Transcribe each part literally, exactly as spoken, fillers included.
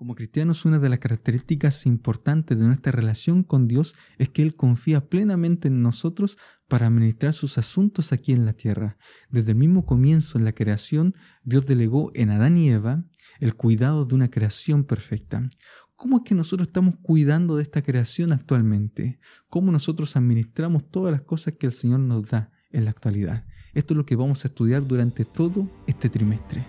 Como cristianos, una de las características importantes de nuestra relación con Dios es que Él confía plenamente en nosotros para administrar sus asuntos aquí en la tierra. Desde el mismo comienzo en la creación, Dios delegó en Adán y Eva el cuidado de una creación perfecta. ¿Cómo es que nosotros estamos cuidando de esta creación actualmente? ¿Cómo nosotros administramos todas las cosas que el Señor nos da en la actualidad? Esto es lo que vamos a estudiar durante todo este trimestre.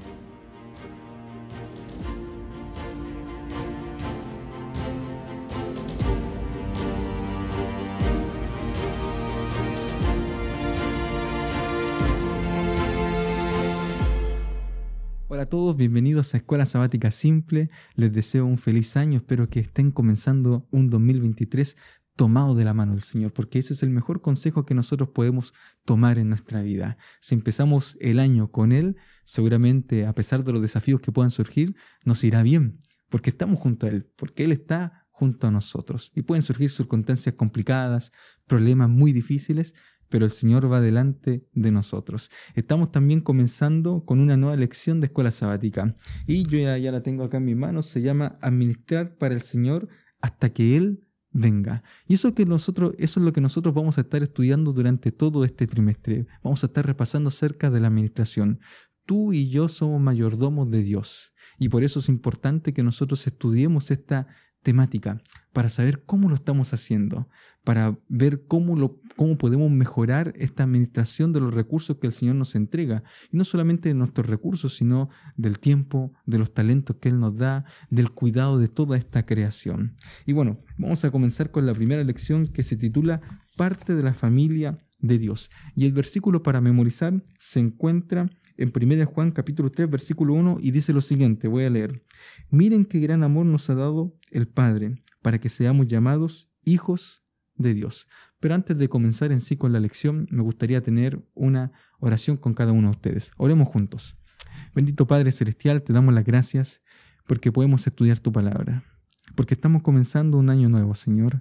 Hola a todos, bienvenidos a Escuela Sabática Simple. Les deseo un feliz año, espero que estén comenzando un dos mil veintitrés tomado de la mano del Señor, porque ese es el mejor consejo que nosotros podemos tomar en nuestra vida. Si empezamos el año con Él, seguramente a pesar de los desafíos que puedan surgir, nos irá bien, porque estamos junto a Él, porque Él está junto a nosotros. Y pueden surgir circunstancias complicadas, problemas muy difíciles, pero el Señor va delante de nosotros. Estamos también comenzando con una nueva lección de Escuela Sabática. Y yo ya, ya la tengo acá en mis manos. Se llama Administrar para el Señor hasta que Él venga. Y eso, que nosotros, eso es lo que nosotros vamos a estar estudiando durante todo este trimestre. Vamos a estar repasando acerca de la administración. Tú y yo somos mayordomos de Dios. Y por eso es importante que nosotros estudiemos esta temática, para saber cómo lo estamos haciendo, para ver cómo, lo, cómo podemos mejorar esta administración de los recursos que el Señor nos entrega. Y no solamente de nuestros recursos, sino del tiempo, de los talentos que Él nos da, del cuidado de toda esta creación. Y bueno, vamos a comenzar con la primera lección que se titula Parte de la familia de Dios. Y el versículo para memorizar se encuentra en primera de Juan capítulo tres versículo uno y dice lo siguiente, voy a leer. Miren qué gran amor nos ha dado el Padre para que seamos llamados hijos de Dios. Pero antes de comenzar en sí con la lección, me gustaría tener una oración con cada uno de ustedes. Oremos juntos. Bendito Padre Celestial, te damos las gracias porque podemos estudiar tu palabra, porque estamos comenzando un año nuevo, Señor,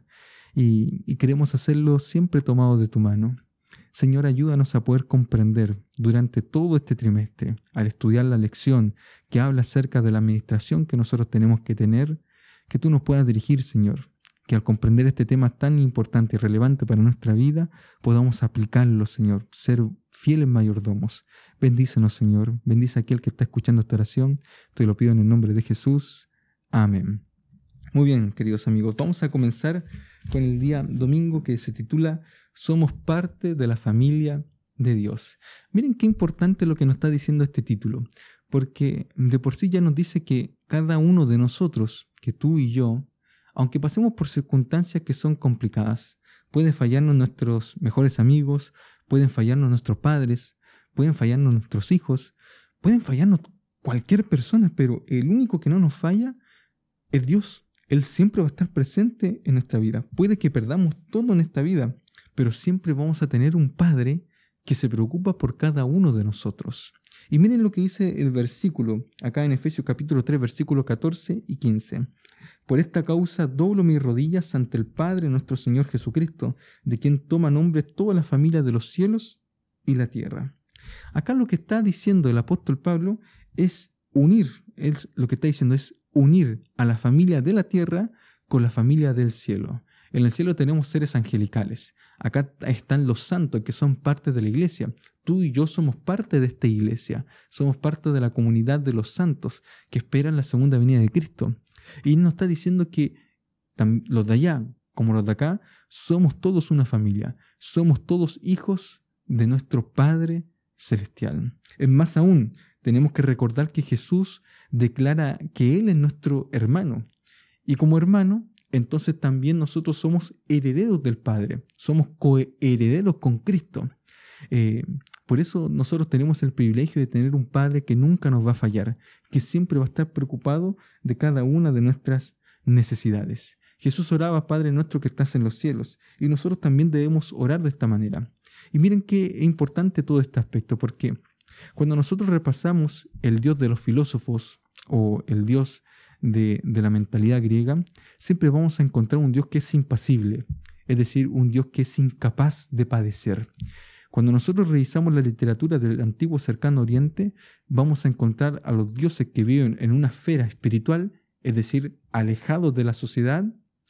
y, y queremos hacerlo siempre tomado de tu mano. Señor, ayúdanos a poder comprender durante todo este trimestre, al estudiar la lección que habla acerca de la administración que nosotros tenemos que tener, que tú nos puedas dirigir, Señor, que al comprender este tema tan importante y relevante para nuestra vida, podamos aplicarlo, Señor, ser fieles mayordomos. Bendícenos, Señor, bendice a aquel que está escuchando esta oración, te lo pido en el nombre de Jesús. Amén. Muy bien, queridos amigos, vamos a comenzar con el día domingo que se titula Somos parte de la familia de Dios. Miren qué importante lo que nos está diciendo este título, porque de por sí ya nos dice que cada uno de nosotros, que tú y yo, aunque pasemos por circunstancias que son complicadas, pueden fallarnos nuestros mejores amigos, pueden fallarnos nuestros padres, pueden fallarnos nuestros hijos, pueden fallarnos cualquier persona, pero el único que no nos falla es Dios. Él siempre va a estar presente en nuestra vida. Puede que perdamos todo en esta vida, pero siempre vamos a tener un Padre que se preocupa por cada uno de nosotros. Y miren lo que dice el versículo, acá en Efesios capítulo tres, versículos catorce y quince. Por esta causa doblo mis rodillas ante el Padre nuestro Señor Jesucristo, de quien toma nombre toda la familia de los cielos y la tierra. Acá lo que está diciendo el apóstol Pablo es unir, él lo que está diciendo es unir a la familia de la tierra con la familia del cielo. En el cielo tenemos seres angelicales. Acá están los santos que son parte de la iglesia. Tú y yo somos parte de esta iglesia. Somos parte de la comunidad de los santos que esperan la segunda venida de Cristo. Y nos está diciendo que los de allá, como los de acá, somos todos una familia. Somos todos hijos de nuestro Padre Celestial. Es más aún, tenemos que recordar que Jesús declara que Él es nuestro hermano. Y como hermano, entonces también nosotros somos herederos del Padre. Somos coherederos con Cristo. Eh, por eso nosotros tenemos el privilegio de tener un Padre que nunca nos va a fallar, que siempre va a estar preocupado de cada una de nuestras necesidades. Jesús oraba, Padre nuestro que estás en los cielos, y nosotros también debemos orar de esta manera. Y miren qué importante todo este aspecto, porque cuando nosotros repasamos el Dios de los filósofos o el Dios de, de la mentalidad griega, siempre vamos a encontrar un Dios que es impasible, es decir, un Dios que es incapaz de padecer. Cuando nosotros revisamos la literatura del antiguo cercano oriente, vamos a encontrar a los dioses que viven en una esfera espiritual es decir, alejados de la sociedad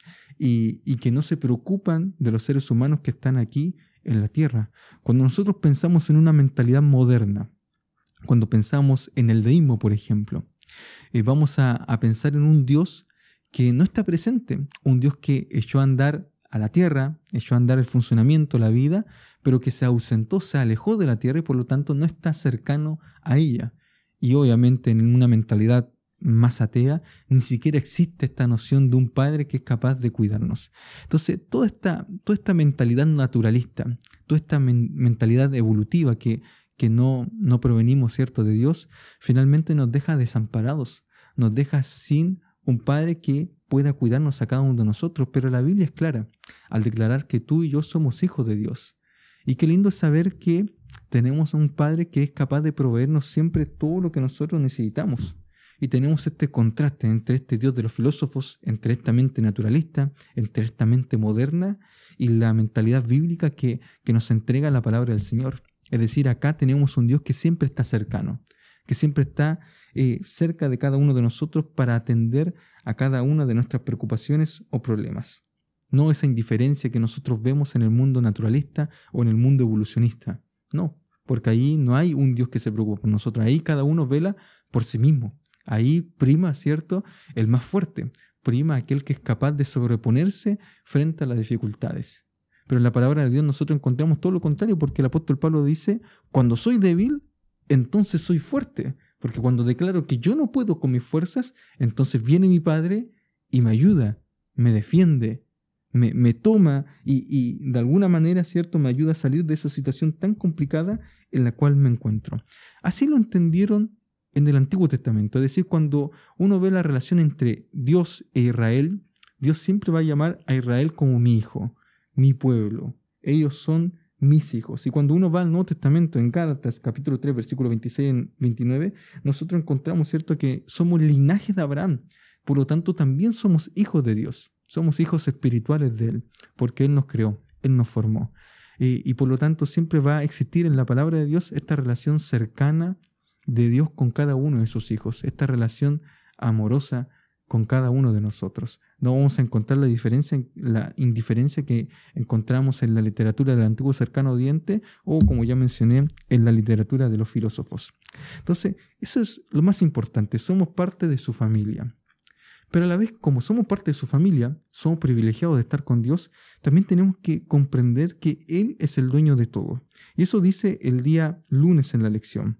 y, y que no se preocupan de los seres humanos que están aquí en la tierra. Cuando nosotros pensamos en una mentalidad moderna, cuando pensamos en el deísmo, por ejemplo, eh, vamos a, a pensar en un Dios que no está presente, un Dios que echó a andar a la tierra, echó a andar el funcionamiento, la vida, pero que se ausentó, se alejó de la tierra y por lo tanto no está cercano a ella. Y obviamente en una mentalidad más atea, ni siquiera existe esta noción de un padre que es capaz de cuidarnos. Entonces, toda esta, toda esta mentalidad naturalista, toda esta men- mentalidad evolutiva que, que no, no provenimos, ¿cierto?, de Dios, finalmente nos deja desamparados, nos deja sin un padre que pueda cuidarnos a cada uno de nosotros. Pero la Biblia es clara al declarar que tú y yo somos hijos de Dios. Y qué lindo es saber que tenemos un padre que es capaz de proveernos siempre todo lo que nosotros necesitamos. Y tenemos este contraste entre este Dios de los filósofos, entre esta mente naturalista, entre esta mente moderna y la mentalidad bíblica que, que nos entrega la palabra del Señor. Es decir, acá tenemos un Dios que siempre está cercano, que siempre está eh, cerca de cada uno de nosotros para atender a cada una de nuestras preocupaciones o problemas. No esa indiferencia que nosotros vemos en el mundo naturalista o en el mundo evolucionista. No, porque ahí no hay un Dios que se preocupe por nosotros. Ahí cada uno vela por sí mismo. Ahí prima, ¿cierto?, el más fuerte. Prima aquel que es capaz de sobreponerse frente a las dificultades. Pero en la palabra de Dios nosotros encontramos todo lo contrario, porque el apóstol Pablo dice: cuando soy débil, entonces soy fuerte. Porque cuando declaro que yo no puedo con mis fuerzas, entonces viene mi Padre y me ayuda, me defiende, me, me toma y, y de alguna manera, ¿cierto?, me ayuda a salir de esa situación tan complicada en la cual me encuentro. Así lo entendieron en el Antiguo Testamento. Es decir, cuando uno ve la relación entre Dios e Israel, Dios siempre va a llamar a Israel como mi hijo, mi pueblo. Ellos son mis hijos. Y cuando uno va al Nuevo Testamento, en Gálatas capítulo tres, versículos veintiséis y veintinueve, nosotros encontramos, ¿cierto?, que somos linaje de Abraham. Por lo tanto, también somos hijos de Dios. Somos hijos espirituales de Él, porque Él nos creó, Él nos formó. Y, y por lo tanto, siempre va a existir en la palabra de Dios esta relación cercana de Dios con cada uno de sus hijos, esta relación amorosa con cada uno de nosotros. No vamos a encontrar la diferencia, la indiferencia que encontramos en la literatura del Antiguo Cercano Oriente o, como ya mencioné, en la literatura de los filósofos. Entonces, eso es lo más importante. Somos parte de su familia. Pero a la vez, como somos parte de su familia, somos privilegiados de estar con Dios, también tenemos que comprender que Él es el dueño de todo. Y eso dice el día lunes en la lección.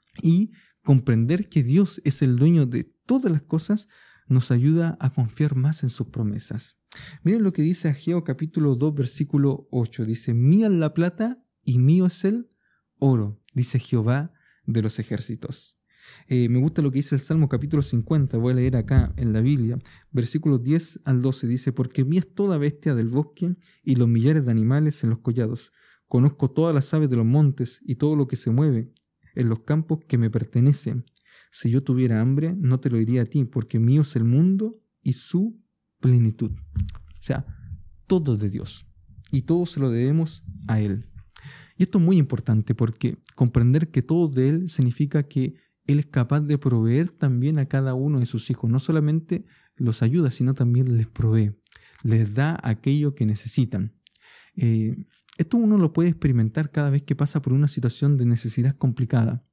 Y comprender que Dios es el dueño de todas las cosas nos ayuda a confiar más en sus promesas. Miren lo que dice Ageo capítulo dos, versículo ocho. Dice: mía es la plata y mío es el oro, dice Jehová de los ejércitos. Eh, me gusta lo que dice el Salmo capítulo cincuenta, voy a leer acá en la Biblia, versículos diez al doce, dice: porque mía es toda bestia del bosque y los millares de animales en los collados. Conozco todas las aves de los montes y todo lo que se mueve en los campos que me pertenecen. Si yo tuviera hambre, no te lo diría a ti, porque mío es el mundo y su plenitud. O sea, todo es de Dios y todo se lo debemos a Él. Y esto es muy importante porque comprender que todo de Él significa que Él es capaz de proveer también a cada uno de sus hijos. No solamente los ayuda, sino también les provee, les da aquello que necesitan. Eh, esto uno lo puede experimentar cada vez que pasa por una situación de necesidad complicada.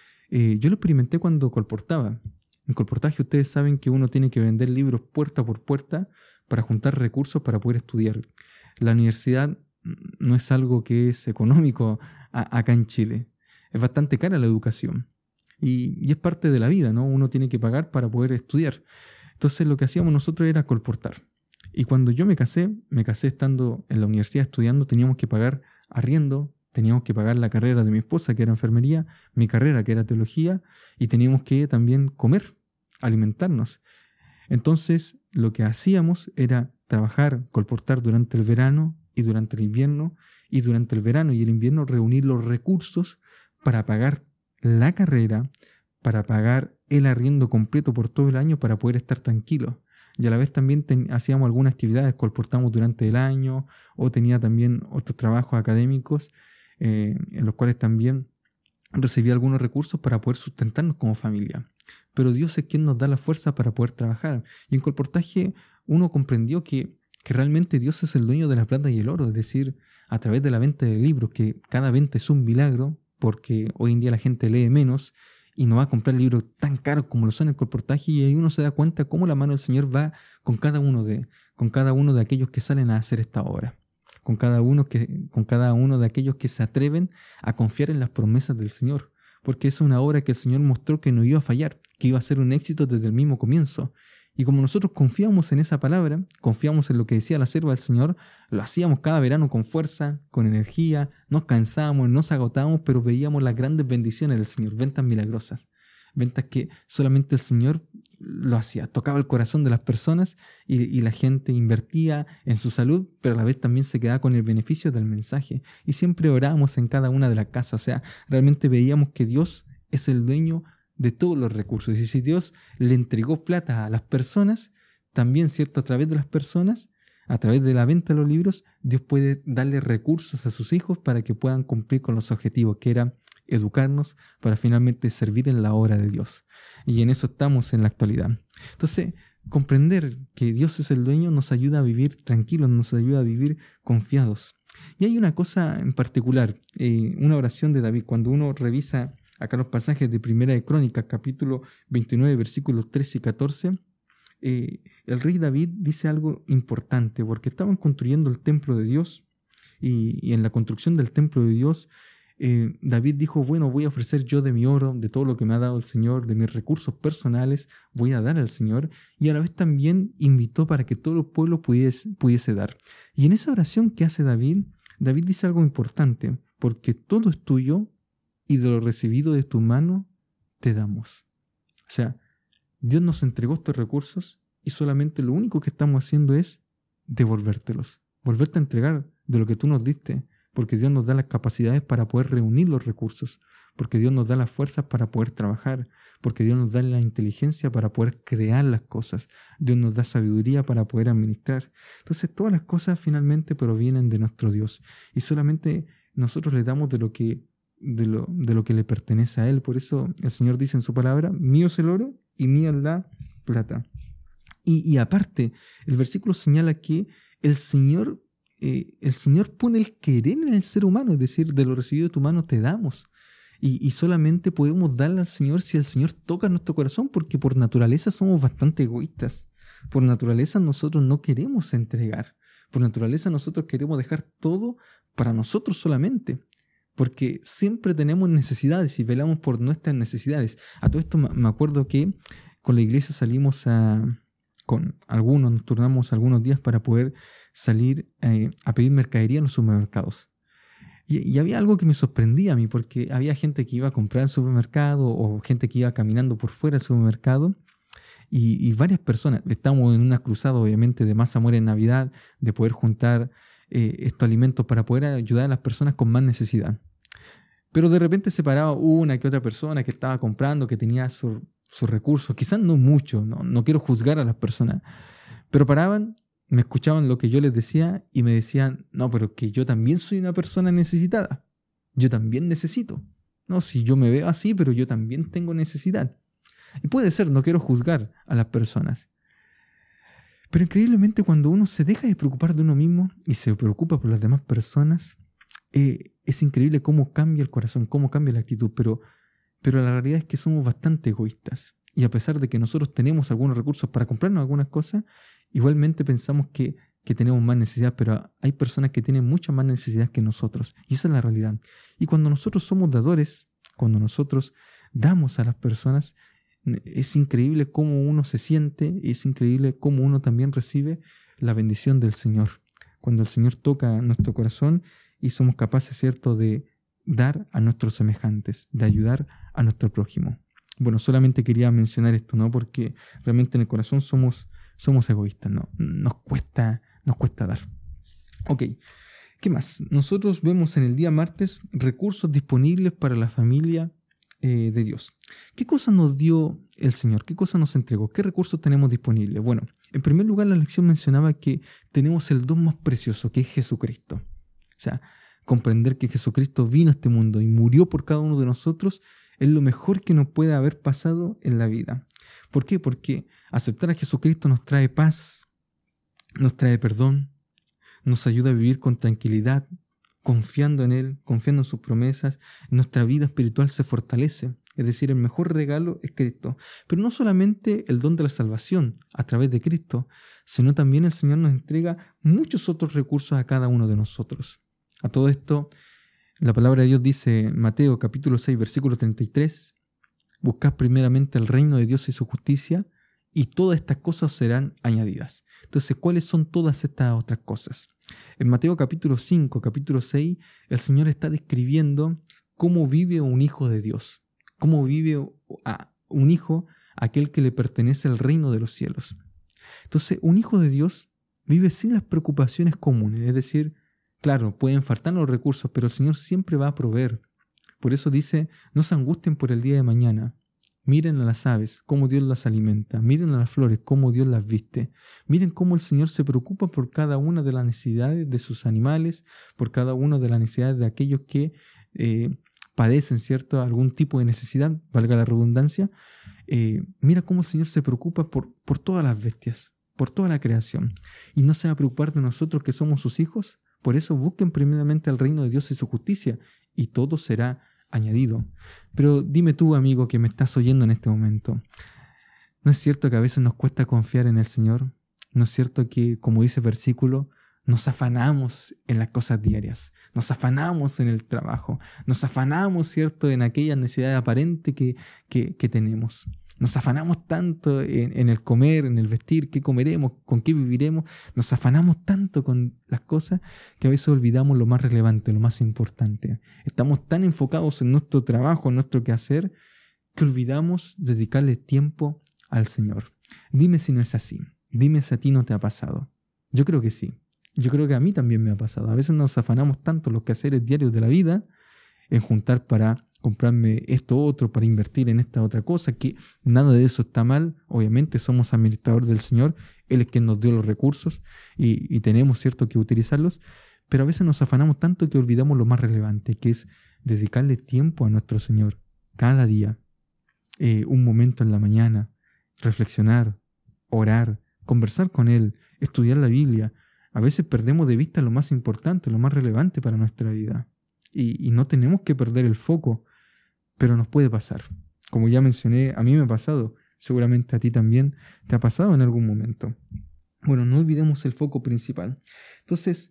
Eh, yo lo experimenté cuando colportaba. En colportaje ustedes saben que uno tiene que vender libros puerta por puerta para juntar recursos para poder estudiar. La universidad no es algo que es económico a, acá en Chile. Es bastante cara la educación. Y, y es parte de la vida, ¿no? Uno tiene que pagar para poder estudiar. Entonces lo que hacíamos nosotros era colportar. Y cuando yo me casé, me casé estando en la universidad estudiando, teníamos que pagar arriendo, teníamos que pagar la carrera de mi esposa, que era enfermería, mi carrera, que era teología, y teníamos que también comer, alimentarnos. Entonces, lo que hacíamos era trabajar, colportar durante el verano y durante el invierno, y durante el verano y el invierno reunir los recursos para pagar la carrera, para pagar el arriendo completo por todo el año para poder estar tranquilos. Y a la vez también ten, hacíamos algunas actividades, colportamos durante el año, o tenía también otros trabajos académicos eh, en los cuales también recibía algunos recursos para poder sustentarnos como familia. pero Dios es quien nos da la fuerza para poder trabajar. Y en colportaje uno comprendió que, que realmente Dios es el dueño de la plata y el oro, es decir, a través de la venta de libros, que cada venta es un milagro, porque hoy en día la gente lee menos y no va a comprar libros tan caros como lo son en el colportaje, y ahí uno se da cuenta cómo la mano del Señor va con cada uno de, con cada uno de aquellos que salen a hacer esta obra, con cada uno que, con cada uno de aquellos que se atreven a confiar en las promesas del Señor, porque es una obra que el Señor mostró que no iba a fallar, que iba a ser un éxito desde el mismo comienzo. Y como nosotros confiamos en esa palabra, confiamos en lo que decía la sierva del Señor, lo hacíamos cada verano con fuerza, con energía, nos cansábamos, nos agotábamos, pero veíamos las grandes bendiciones del Señor, ventas milagrosas, ventas que solamente el Señor lo hacía, tocaba el corazón de las personas y, y la gente invertía en su salud, pero a la vez también se quedaba con el beneficio del mensaje. Y siempre orábamos en cada una de las casas, o sea, realmente veíamos que Dios es el dueño de todos los recursos. Y si Dios le entregó plata a las personas, también, ¿cierto?, a través de las personas, a través de la venta de los libros, Dios puede darle recursos a sus hijos para que puedan cumplir con los objetivos, que era educarnos para finalmente servir en la obra de Dios. Y en eso estamos en la actualidad. Entonces, comprender que Dios es el dueño nos ayuda a vivir tranquilos, nos ayuda a vivir confiados. Y hay una cosa en particular, eh, una oración de David, cuando uno revisa acá los pasajes de Primera de Crónicas, capítulo veintinueve, versículos trece y catorce, eh, el rey David dice algo importante, porque estaban construyendo el templo de Dios, y, y en la construcción del templo de Dios, eh, David dijo, bueno, voy a ofrecer yo de mi oro, de todo lo que me ha dado el Señor, de mis recursos personales, voy a dar al Señor, y a la vez también invitó para que todo el pueblo pudiese, pudiese dar. Y en esa oración que hace David, David dice algo importante, porque todo es tuyo, y de lo recibido de tu mano te damos. O sea, Dios nos entregó estos recursos y solamente lo único que estamos haciendo es devolvértelos, volverte a entregar de lo que tú nos diste, porque Dios nos da las capacidades para poder reunir los recursos, porque Dios nos da las fuerzas para poder trabajar, porque Dios nos da la inteligencia para poder crear las cosas, Dios nos da sabiduría para poder administrar. Entonces todas las cosas finalmente provienen de nuestro Dios y solamente nosotros le damos de lo que De lo, de lo que le pertenece a Él. Por eso el Señor dice en su palabra, mío es el oro y mía es la plata. Y, y aparte, el versículo señala que el Señor, eh, el Señor pone el querer en el ser humano, es decir, de lo recibido de tu mano te damos. Y, y solamente podemos darle al Señor si el Señor toca nuestro corazón, porque por naturaleza somos bastante egoístas. Por naturaleza nosotros no queremos entregar. Por naturaleza nosotros queremos dejar todo para nosotros solamente. Porque siempre tenemos necesidades y velamos por nuestras necesidades. A todo esto me acuerdo que con la iglesia salimos a, con algunos, nos turnamos algunos días para poder salir eh, a pedir mercadería en los supermercados. Y, y había algo que me sorprendía a mí, porque había gente que iba a comprar al supermercado o gente que iba caminando por fuera del supermercado y, y varias personas. Estamos en una cruzada obviamente de más amor en Navidad, de poder juntar eh, estos alimentos para poder ayudar a las personas con más necesidad. Pero de repente se paraba una que otra persona que estaba comprando, que tenía sus su recursos, quizás no mucho, no, no quiero juzgar a las personas, pero paraban, me escuchaban lo que yo les decía y me decían, no, pero que yo también soy una persona necesitada, yo también necesito. No, si yo me veo así, pero yo también tengo necesidad. Y puede ser, no quiero juzgar a las personas. Pero increíblemente cuando uno se deja de preocupar de uno mismo y se preocupa por las demás personas, eh, es increíble cómo cambia el corazón, cómo cambia la actitud, pero, pero la realidad es que somos bastante egoístas. Y a pesar de que nosotros tenemos algunos recursos para comprarnos algunas cosas, igualmente pensamos que, que tenemos más necesidad, pero hay personas que tienen mucha más necesidad que nosotros. Y esa es la realidad. Y cuando nosotros somos dadores, cuando nosotros damos a las personas, es increíble cómo uno se siente, es increíble cómo uno también recibe la bendición del Señor. Cuando el Señor toca nuestro corazón y somos capaces, ¿cierto?, de dar a nuestros semejantes, de ayudar a nuestro prójimo. Bueno, solamente quería mencionar esto, ¿no? Porque realmente en el corazón somos, somos egoístas, ¿no? Nos cuesta, nos cuesta dar. Ok, ¿qué más? Nosotros vemos en el día martes recursos disponibles para la familia eh, de Dios. ¿Qué cosa nos dio el Señor? ¿Qué cosa nos entregó? ¿Qué recursos tenemos disponibles? Bueno, en primer lugar la lección mencionaba que tenemos el don más precioso, que es Jesucristo. O sea, comprender que Jesucristo vino a este mundo y murió por cada uno de nosotros Es lo mejor que nos puede haber pasado en la vida. ¿Por qué? Porque aceptar a Jesucristo nos trae paz, nos trae perdón, nos ayuda a vivir con tranquilidad, confiando en Él, confiando en sus promesas. Nuestra vida espiritual se fortalece. Es decir, el mejor regalo es Cristo. Pero no solamente el don de la salvación a través de Cristo, sino también el Señor nos entrega muchos otros recursos a cada uno de nosotros. A todo esto, la palabra de Dios dice en Mateo capítulo seis, versículo treinta y tres, buscad primeramente el reino de Dios y su justicia, y todas estas cosas serán añadidas. Entonces, ¿cuáles son todas estas otras cosas? En Mateo capítulo cinco, capítulo seis, el Señor está describiendo cómo vive un hijo de Dios. Cómo vive un hijo, aquel que le pertenece al reino de los cielos. Entonces, un hijo de Dios vive sin las preocupaciones comunes. Es decir, claro, pueden faltar los recursos, pero el Señor siempre va a proveer. Por eso dice, no se angustien por el día de mañana. Miren a las aves, cómo Dios las alimenta. Miren a las flores, cómo Dios las viste. Miren cómo el Señor se preocupa por cada una de las necesidades de sus animales, por cada una de las necesidades de aquellos que eh, padecen, ¿cierto?, algún tipo de necesidad, valga la redundancia. Eh, mira cómo el Señor se preocupa por, por todas las bestias, por toda la creación. Y no se va a preocupar de nosotros que somos sus hijos. Por eso busquen primeramente el reino de Dios y su justicia, y todo será añadido. Pero dime tú, amigo, que me estás oyendo en este momento, ¿no es cierto que a veces nos cuesta confiar en el Señor? ¿No es cierto que, como dice el versículo, nos afanamos en las cosas diarias, nos afanamos en el trabajo, nos afanamos, ¿cierto?, en aquella necesidad aparente que, que, que tenemos? Nos afanamos tanto en, en el comer, en el vestir, qué comeremos, con qué viviremos. Nos afanamos tanto con las cosas que a veces olvidamos lo más relevante, lo más importante. Estamos tan enfocados en nuestro trabajo, en nuestro quehacer, que olvidamos dedicarle tiempo al Señor. Dime si no es así. Dime si a ti no te ha pasado. Yo creo que sí. Yo creo que a mí también me ha pasado. A veces nos afanamos tanto en los quehaceres diarios de la vida, en juntar para comprarme esto otro, para invertir en esta otra cosa, que nada de eso está mal. Obviamente somos administradores del Señor, Él es quien nos dio los recursos y, y tenemos, cierto, que utilizarlos, pero a veces nos afanamos tanto que olvidamos lo más relevante, que es dedicarle tiempo a nuestro Señor cada día, eh, un momento en la mañana, reflexionar, orar, conversar con Él, estudiar la Biblia. A veces perdemos de vista lo más importante, lo más relevante para nuestra vida. Y, y no tenemos que perder el foco, pero nos puede pasar. Como ya mencioné, a mí me ha pasado, seguramente a ti también te ha pasado en algún momento. Bueno, no olvidemos el foco principal. Entonces,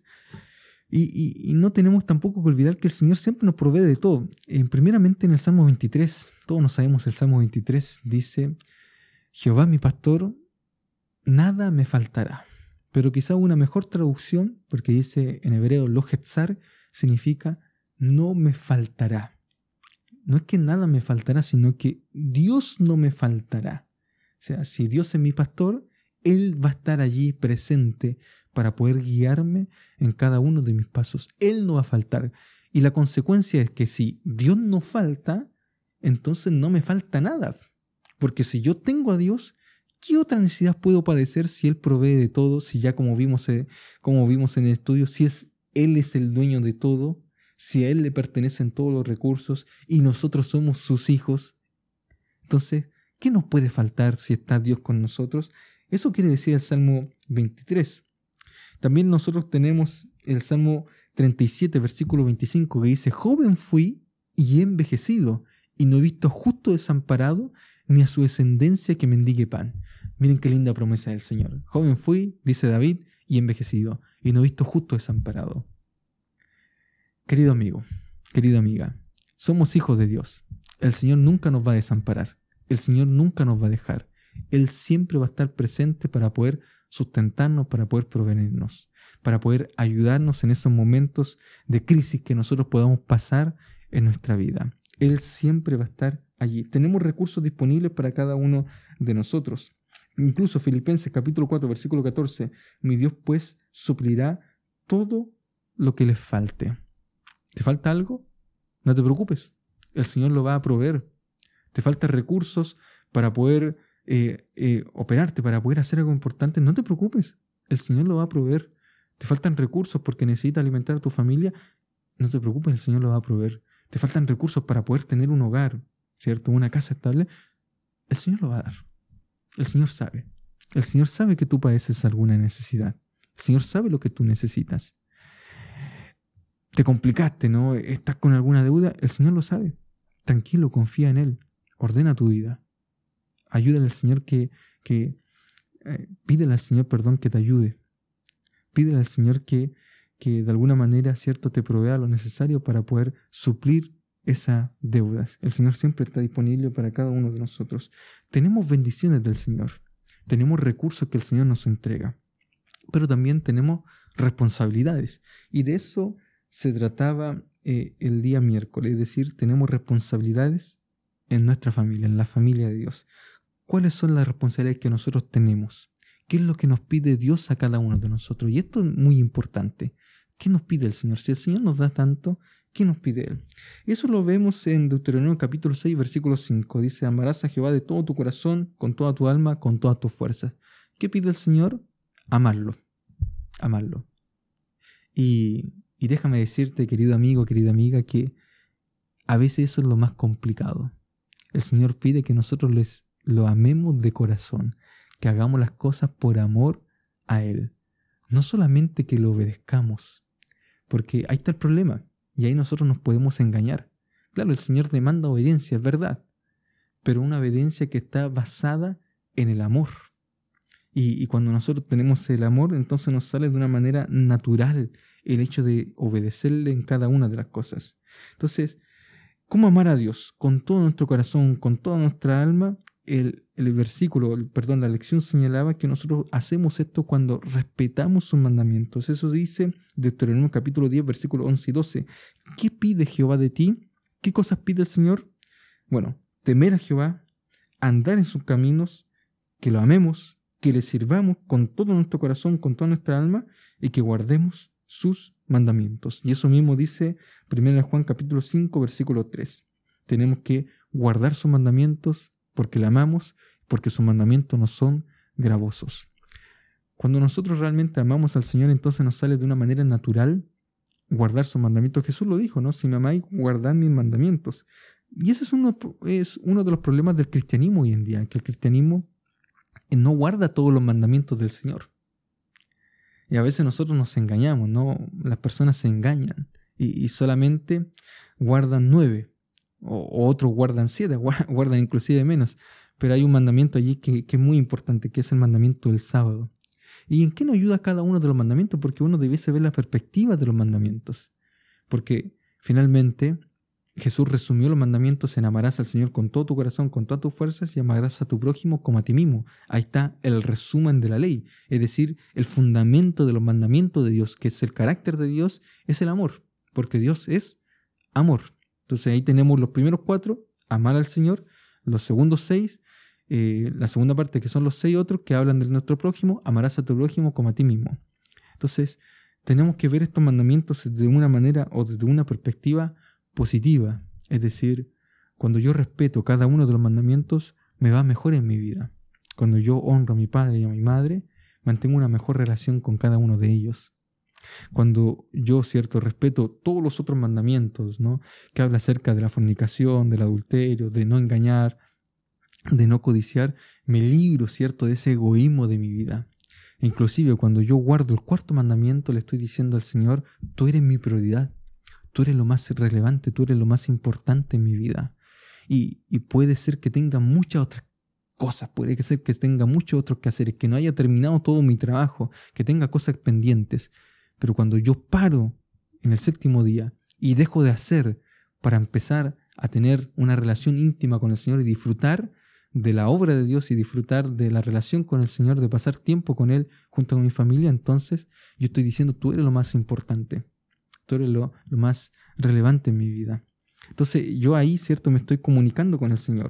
y, y, y no tenemos tampoco que olvidar que el Señor siempre nos provee de todo. Eh, primeramente en el Salmo veintitrés, todos nos sabemos el Salmo veintitrés, dice, Jehová mi pastor, nada me faltará. Pero quizá una mejor traducción, porque dice en hebreo lo hetzar, significa no me faltará. No es que nada me faltará, sino que Dios no me faltará. O sea, si Dios es mi pastor, Él va a estar allí presente para poder guiarme en cada uno de mis pasos. Él no va a faltar. Y la consecuencia es que si Dios no falta, entonces no me falta nada. Porque si yo tengo a Dios, ¿qué otra necesidad puedo padecer si Él provee de todo? Si ya como vimos, eh, como vimos en el estudio, si es, Él es el dueño de todo, si a Él le pertenecen todos los recursos y nosotros somos sus hijos, entonces, ¿qué nos puede faltar si está Dios con nosotros? Eso quiere decir el Salmo veintitrés. También nosotros tenemos el Salmo treinta y siete, versículo veinticinco, que dice, joven fui y he envejecido, y no he visto justo desamparado, ni a su descendencia que mendigue pan. Miren qué linda promesa del Señor. Joven fui, dice David, y he envejecido, y no he visto justo desamparado. Querido amigo, querida amiga, somos hijos de Dios. El Señor nunca nos va a desamparar. El Señor nunca nos va a dejar. Él siempre va a estar presente para poder sustentarnos, para poder proveernos, para poder ayudarnos en esos momentos de crisis que nosotros podamos pasar en nuestra vida. Él siempre va a estar allí. Tenemos recursos disponibles para cada uno de nosotros. Incluso Filipenses capítulo cuatro, versículo catorce, mi Dios pues suplirá todo lo que les falte. ¿Te falta algo? No te preocupes, el Señor lo va a proveer. ¿Te faltan recursos para poder eh, eh, operarte, para poder hacer algo importante? No te preocupes, el Señor lo va a proveer. ¿Te faltan recursos porque necesitas alimentar a tu familia? No te preocupes, el Señor lo va a proveer. ¿Te faltan recursos para poder tener un hogar? ¿cierto? Una casa estable, el Señor lo va a dar. El Señor sabe. El Señor sabe que tú padeces alguna necesidad. El Señor sabe lo que tú necesitas. Te complicaste, ¿no? Estás con alguna deuda, el Señor lo sabe. Tranquilo, confía en Él. Ordena tu vida. Ayúdale al Señor que... que eh, pídele al Señor, perdón, que te ayude. Pídele al Señor que, que de alguna manera, cierto, te provea lo necesario para poder suplir esas deudas. El Señor siempre está disponible para cada uno de nosotros. Tenemos bendiciones del Señor. Tenemos recursos que el Señor nos entrega. Pero también tenemos responsabilidades. Y de eso se trataba eh, el día miércoles. Es decir, tenemos responsabilidades en nuestra familia, en la familia de Dios. ¿Cuáles son las responsabilidades que nosotros tenemos? ¿Qué es lo que nos pide Dios a cada uno de nosotros? Y esto es muy importante. ¿Qué nos pide el Señor? Si el Señor nos da tanto, ¿qué nos pide Él? Eso lo vemos en Deuteronomio capítulo seis, versículo cinco. Dice, amarás a Jehová de todo tu corazón, con toda tu alma, con todas tus fuerzas. ¿Qué pide el Señor? Amarlo. Amarlo. Y, y déjame decirte, querido amigo, querida amiga, que a veces eso es lo más complicado. El Señor pide que nosotros les lo amemos de corazón, que hagamos las cosas por amor a Él. No solamente que lo obedezcamos, porque ahí está el problema, y ahí nosotros nos podemos engañar. Claro, el Señor demanda obediencia, es verdad, pero una obediencia que está basada en el amor. Y, y cuando nosotros tenemos el amor, entonces nos sale de una manera natural el hecho de obedecerle en cada una de las cosas. Entonces, ¿cómo amar a Dios? Con todo nuestro corazón, con toda nuestra alma. El, el versículo, el, perdón, la lección señalaba que nosotros hacemos esto cuando respetamos sus mandamientos. Eso dice Deuteronomio capítulo diez, versículos once y doce. ¿Qué pide Jehová de ti? ¿Qué cosas pide el Señor? Bueno, temer a Jehová, andar en sus caminos, que lo amemos, que le sirvamos con todo nuestro corazón, con toda nuestra alma, y que guardemos sus mandamientos. Y eso mismo dice primero Juan capítulo cinco, versículo tres. Tenemos que guardar sus mandamientos porque le amamos, porque sus mandamientos no son gravosos. Cuando nosotros realmente amamos al Señor, entonces nos sale de una manera natural guardar sus mandamientos. Jesús lo dijo, ¿no? Si me amáis, guardad mis mandamientos. Y ese es uno, es uno de los problemas del cristianismo hoy en día, que el cristianismo no guarda todos los mandamientos del Señor. Y a veces nosotros nos engañamos, ¿no? Las personas se engañan y, y solamente guardan nueve. O otros guardan siete, guardan inclusive menos. Pero hay un mandamiento allí que, que es muy importante, que es el mandamiento del sábado. ¿Y en qué nos ayuda cada uno de los mandamientos? Porque uno debiese ver la perspectiva de los mandamientos. Porque finalmente Jesús resumió los mandamientos en amarás al Señor con todo tu corazón, con todas tus fuerzas y amarás a tu prójimo como a ti mismo. Ahí está el resumen de la ley. Es decir, el fundamento de los mandamientos de Dios, que es el carácter de Dios, es el amor. Porque Dios es amor. Entonces ahí tenemos los primeros cuatro, amar al Señor, los segundos seis, eh, la segunda parte que son los seis otros que hablan de nuestro prójimo, amarás a tu prójimo como a ti mismo. Entonces tenemos que ver estos mandamientos de una manera o desde una perspectiva positiva. Es decir, cuando yo respeto cada uno de los mandamientos, me va mejor en mi vida. Cuando yo honro a mi padre y a mi madre, mantengo una mejor relación con cada uno de ellos. Cuando yo, cierto, respeto todos los otros mandamientos, ¿no? Que habla acerca de la fornicación, del adulterio, de no engañar, de no codiciar, me libro, cierto, de ese egoísmo de mi vida. E inclusive cuando yo guardo el cuarto mandamiento, le estoy diciendo al Señor, tú eres mi prioridad, tú eres lo más relevante, tú eres lo más importante en mi vida. Y, y puede ser que tenga muchas otras cosas, puede ser que tenga muchos otros quehaceres, que no haya terminado todo mi trabajo, que tenga cosas pendientes. Pero cuando yo paro en el séptimo día y dejo de hacer para empezar a tener una relación íntima con el Señor y disfrutar de la obra de Dios y disfrutar de la relación con el Señor, de pasar tiempo con Él junto con mi familia, entonces yo estoy diciendo, tú eres lo más importante, tú eres lo, lo más relevante en mi vida. Entonces yo ahí, cierto, me estoy comunicando con el Señor.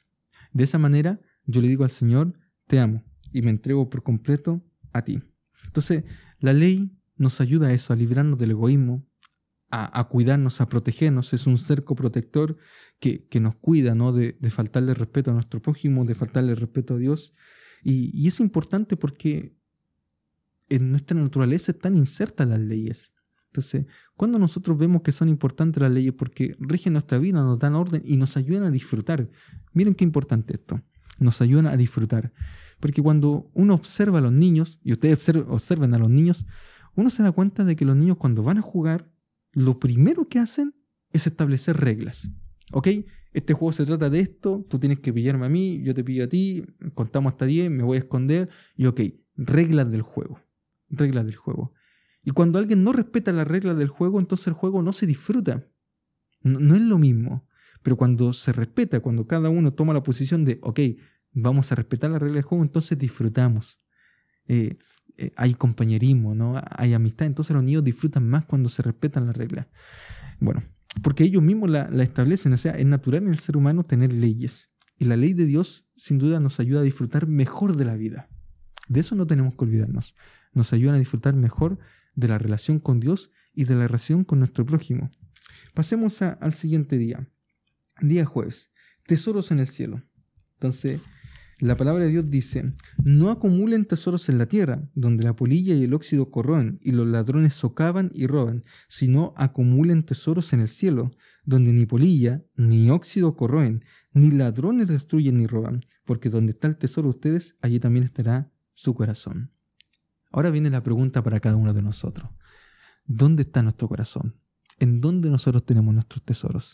De esa manera yo le digo al Señor, te amo y me entrego por completo a ti. Entonces la ley nos ayuda a eso, a librarnos del egoísmo, a, a cuidarnos, a protegernos. Es un cerco protector que, que nos cuida, ¿no? de, de faltarle respeto a nuestro prójimo, de faltarle respeto a Dios. Y, y es importante porque en nuestra naturaleza están insertas las leyes. Entonces, cuando nosotros vemos que son importantes las leyes porque rigen nuestra vida, nos dan orden y nos ayudan a disfrutar. Miren qué importante esto. Nos ayudan a disfrutar. Porque cuando uno observa a los niños, y ustedes observen a los niños, uno se da cuenta de que los niños cuando van a jugar, lo primero que hacen es establecer reglas. ¿Ok? Este juego se trata de esto, tú tienes que pillarme a mí, yo te pillo a ti, contamos hasta diez, me voy a esconder, y ok, reglas del juego. Reglas del juego. Y cuando alguien no respeta las reglas del juego, entonces el juego no se disfruta. No, no es lo mismo. Pero cuando se respeta, cuando cada uno toma la posición de, ok, vamos a respetar las reglas del juego, entonces disfrutamos. Eh, eh, hay compañerismo, ¿no? Hay amistad. Entonces los niños disfrutan más cuando se respetan las reglas. Bueno, porque ellos mismos la, la establecen. O sea, es natural en el ser humano tener leyes. Y la ley de Dios, sin duda, nos ayuda a disfrutar mejor de la vida. De eso no tenemos que olvidarnos. Nos ayudan a disfrutar mejor de la relación con Dios y de la relación con nuestro prójimo. Pasemos a, al siguiente día. Día jueves. Tesoros en el cielo. Entonces, la palabra de Dios dice: no acumulen tesoros en la tierra, donde la polilla y el óxido corroen, y los ladrones socavan y roban, sino acumulen tesoros en el cielo, donde ni polilla ni óxido corroen, ni ladrones destruyen ni roban, porque donde está el tesoro de ustedes, allí también estará su corazón. Ahora viene la pregunta para cada uno de nosotros. ¿Dónde está nuestro corazón? ¿En dónde nosotros tenemos nuestros tesoros?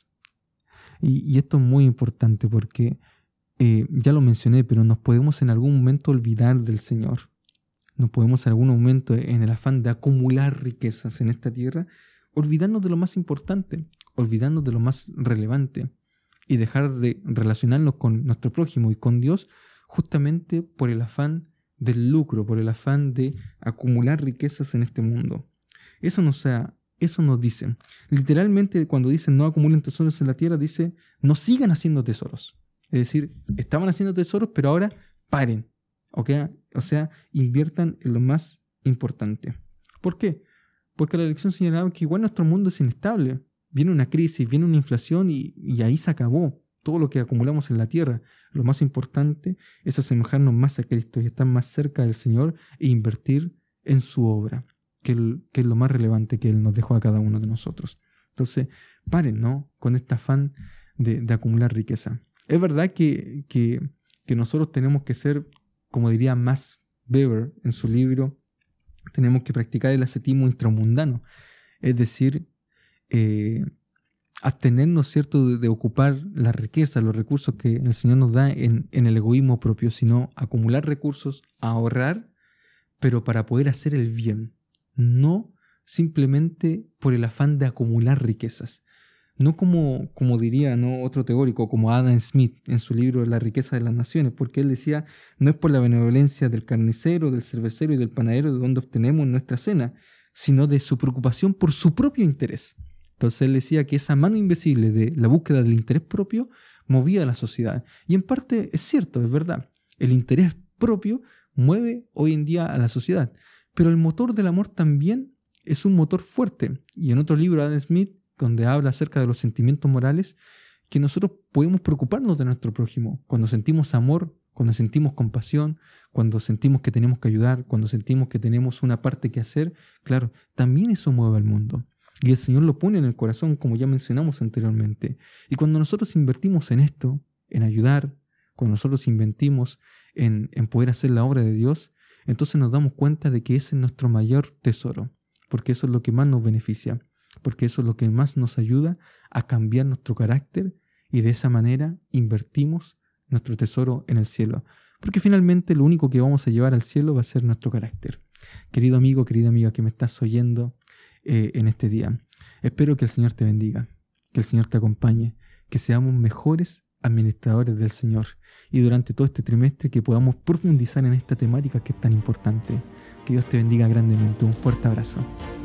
Y, y esto es muy importante porque eh, ya lo mencioné, pero nos podemos en algún momento olvidar del Señor. Nos podemos en algún momento, en el afán de acumular riquezas en esta tierra, olvidarnos de lo más importante, olvidarnos de lo más relevante y dejar de relacionarnos con nuestro prójimo y con Dios justamente por el afán del lucro, por el afán de acumular riquezas en este mundo. Eso nos, eso nos dice. Literalmente, cuando dicen no acumulen tesoros en la tierra, dice no sigan haciendo tesoros. Es decir, estaban haciendo tesoros, pero ahora paren. ¿Okay? O sea, inviertan en lo más importante. ¿Por qué? Porque la lección señalaba que igual nuestro mundo es inestable. Viene una crisis, viene una inflación y, y ahí se acabó todo lo que acumulamos en la tierra. Lo más importante es asemejarnos más a Cristo y estar más cerca del Señor e invertir en su obra, que, el, que es lo más relevante que Él nos dejó a cada uno de nosotros. Entonces, paren, ¿no? Con este afán de, de acumular riqueza. Es verdad que, que, que nosotros tenemos que ser, como diría Max Weber en su libro, tenemos que practicar el ascetismo intramundano. Es decir, eh, abstenernos, ¿cierto?, de, de ocupar la riqueza, los recursos que el Señor nos da en, en el egoísmo propio, sino acumular recursos, ahorrar, pero para poder hacer el bien, no simplemente por el afán de acumular riquezas. No como, como diría, ¿no?, otro teórico como Adam Smith en su libro La riqueza de las naciones, porque él decía, no es por la benevolencia del carnicero, del cervecero y del panadero de donde obtenemos nuestra cena, sino de su preocupación por su propio interés. Entonces él decía que esa mano invisible de la búsqueda del interés propio movía a la sociedad. Y en parte es cierto, es verdad. El interés propio mueve hoy en día a la sociedad. Pero el motor del amor también es un motor fuerte. Y en otro libro, Adam Smith, donde habla acerca de los sentimientos morales, que nosotros podemos preocuparnos de nuestro prójimo. Cuando sentimos amor, cuando sentimos compasión, cuando sentimos que tenemos que ayudar, cuando sentimos que tenemos una parte que hacer, claro, también eso mueve al mundo. Y el Señor lo pone en el corazón, como ya mencionamos anteriormente. Y cuando nosotros invertimos en esto, en ayudar, cuando nosotros invertimos en, en poder hacer la obra de Dios, entonces nos damos cuenta de que ese es nuestro mayor tesoro, porque eso es lo que más nos beneficia, porque eso es lo que más nos ayuda a cambiar nuestro carácter y de esa manera invertimos nuestro tesoro en el cielo. Porque finalmente lo único que vamos a llevar al cielo va a ser nuestro carácter. Querido amigo, querida amiga que me estás oyendo, Eh, en este día. Espero que el Señor te bendiga, que el Señor te acompañe, que seamos mejores administradores del Señor y durante todo este trimestre que podamos profundizar en esta temática que es tan importante. Que Dios te bendiga grandemente. Un fuerte abrazo.